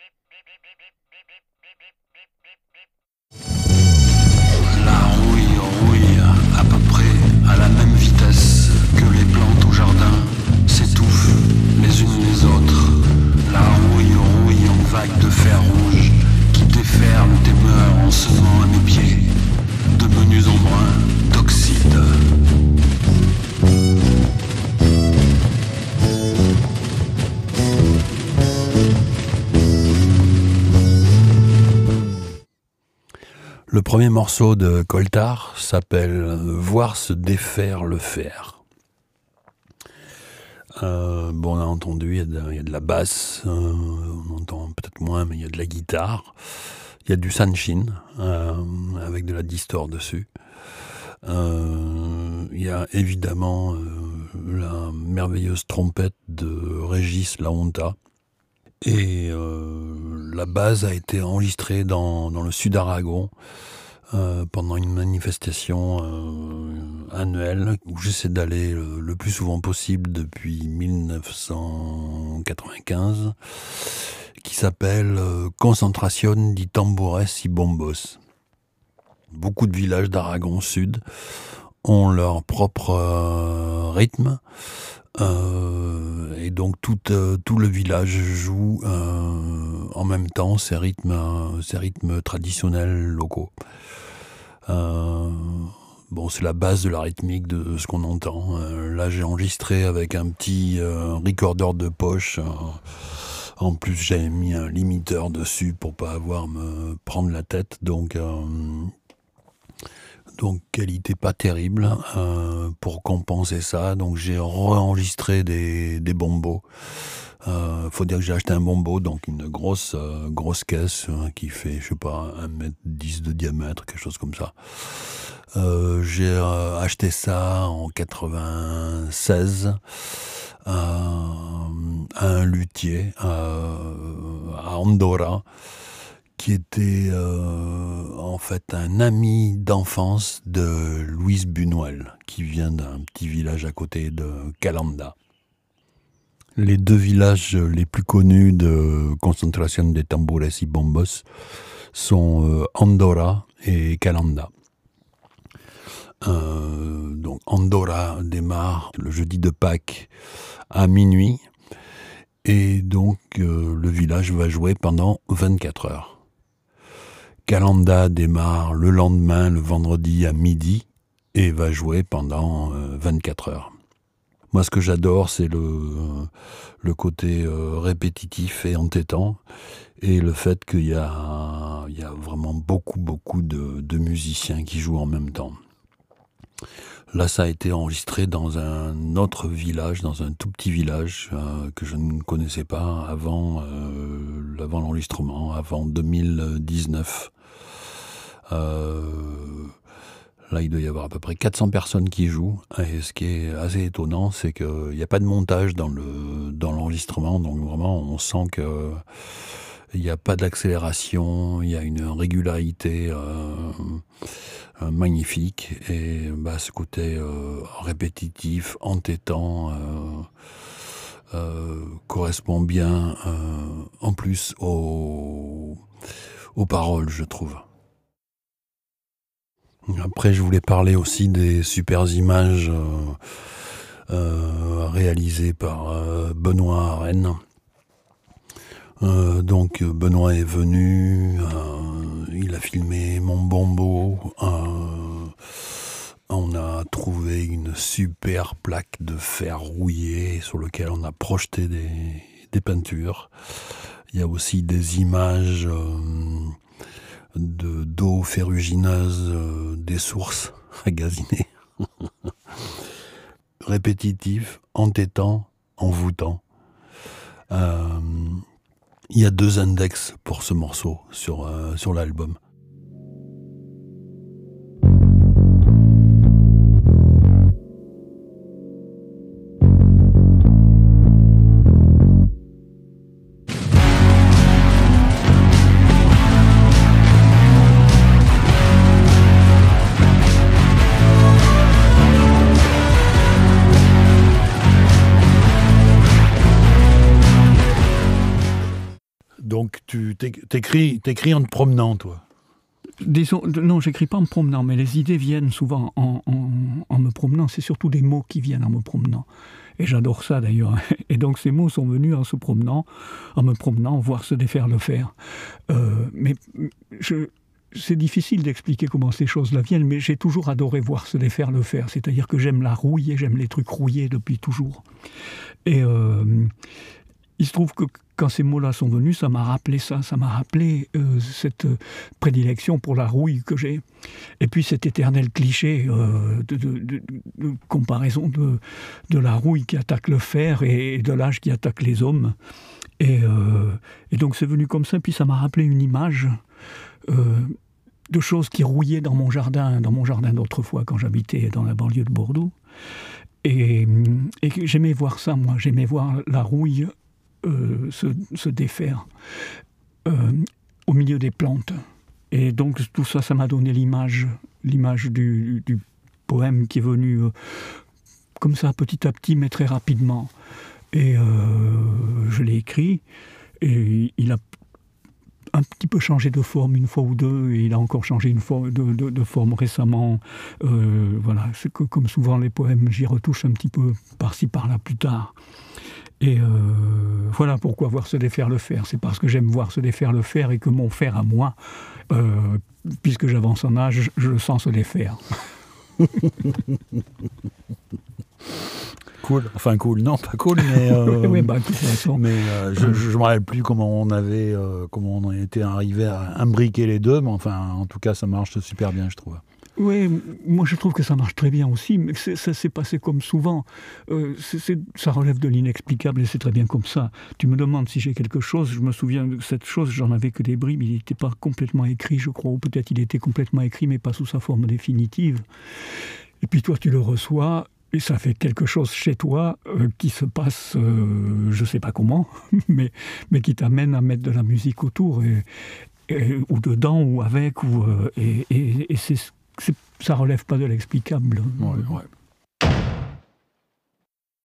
La rouille rouille à peu près à la même vitesse que les plantes au jardin s'étouffent les unes les autres. La rouille rouille en vagues de fer rouge qui déferlent tes mœurs en semant à mes pieds de menus embruns d'oxyde. Le premier morceau de Coltart s'appelle « Voir se défaire le fer ». On a entendu, il y a de la basse, on entend peut-être moins, mais il y a de la guitare. Il y a du sanshin, avec de la distor dessus. Il y a évidemment la merveilleuse trompette de Régis Lahonta. Et la base a été enregistrée dans le sud d'Aragon pendant une manifestation annuelle où j'essaie d'aller le plus souvent possible depuis 1995, qui s'appelle Concentración di Tambores y Bombos. Beaucoup de villages d'Aragon Sud ont leur propre rythme. Et donc tout le village joue en même temps ces rythmes traditionnels locaux. C'est la base de la rythmique de ce qu'on entend. Là, j'ai enregistré avec un petit recorder de poche. En plus, j'ai mis un limiteur dessus pour pas avoir me prendre la tête. Donc qualité pas terrible pour compenser ça. Donc j'ai re-enregistré des bombos. Faut dire que j'ai acheté un bombo, donc une grosse caisse qui fait, je sais pas, 1m10 de diamètre, quelque chose comme ça. J'ai acheté ça en 96 à un luthier à Andorra, qui était en fait un ami d'enfance de Louise Buñuel, qui vient d'un petit village à côté de Calanda. Les deux villages les plus connus de Concentración de Tambores y Bombos sont Andorra et Calanda. Donc Andorra démarre le jeudi de Pâques à minuit, et donc le village va jouer pendant 24 heures. Calanda démarre le lendemain, le vendredi à midi, et va jouer pendant 24 heures. Moi, ce que j'adore, c'est le côté répétitif et entêtant, et le fait qu'il y a vraiment beaucoup de musiciens qui jouent en même temps. Là, ça a été enregistré dans un autre village, dans un tout petit village que je ne connaissais pas avant l'enregistrement, avant 2019. Là, il doit y avoir à peu près 400 personnes qui jouent. Et ce qui est assez étonnant, c'est qu'il n'y a pas de montage dans l'enregistrement. Donc vraiment, on sent qu'il n'y a pas d'accélération, il y a une régularité magnifique. Et ce côté répétitif, entêtant, correspond bien en plus aux paroles, je trouve. Après, je voulais parler aussi des super images réalisées par Benoît à Rennes. Donc Benoît est venu, il a filmé mon bombo. On a trouvé une super plaque de fer rouillé sur lequel on a projeté des peintures. Il y a aussi des images d'eau ferrugineuse des sources à gaziner. Répétitif, entêtant, envoûtant. Il y a 2 index pour ce morceau sur l'album. Donc t'écris en te promenant, toi? Disons, non, j'écris pas en me promenant, mais les idées viennent souvent en me promenant. C'est surtout des mots qui viennent en me promenant. Et j'adore ça d'ailleurs. Et donc ces mots sont venus en me promenant, voir se défaire le fer. C'est difficile d'expliquer comment ces choses-là viennent, mais j'ai toujours adoré voir se défaire le fer. C'est-à-dire que j'aime la rouille et j'aime les trucs rouillés depuis toujours. Et il se trouve que quand ces mots-là sont venus, ça m'a rappelé cette prédilection pour la rouille que j'ai. Et puis cet éternel cliché de comparaison de la rouille qui attaque le fer et de l'âge qui attaque les hommes. Et donc c'est venu comme ça, puis ça m'a rappelé une image de choses qui rouillaient dans mon jardin d'autrefois, quand j'habitais dans la banlieue de Bordeaux. Et j'aimais voir ça, moi. J'aimais voir la rouille se défaire au milieu des plantes. Et donc tout ça, ça m'a donné l'image du poème qui est venu comme ça, petit à petit, mais très rapidement. Et je l'ai écrit, et il a un petit peu changé de forme une fois ou deux, et il a encore changé de forme récemment. Voilà, c'est que, comme souvent les poèmes, j'y retouche un petit peu par-ci par-là plus tard. Et voilà pourquoi voir se défaire le fer. C'est parce que j'aime voir se défaire le fer et que mon fer à moi, puisque j'avance en âge, je le sens se défaire. Cool. Enfin cool, non pas cool, mais oui, de toute façon. Mais je me rappelle plus comment on en était arrivé à imbriquer les deux, mais enfin en tout cas ça marche super bien, je trouve. Oui, moi je trouve que ça marche très bien aussi, mais ça s'est passé comme souvent. Ça relève de l'inexplicable et c'est très bien comme ça. Tu me demandes si j'ai quelque chose, je me souviens de cette chose, j'en avais que des bribes, il n'était pas complètement écrit, je crois, ou peut-être il était complètement écrit, mais pas sous sa forme définitive. Et puis toi tu le reçois, et ça fait quelque chose chez toi qui se passe, je ne sais pas comment, mais qui t'amène à mettre de la musique autour, ou dedans, ou avec, et ça relève pas de l'explicable. Ouais.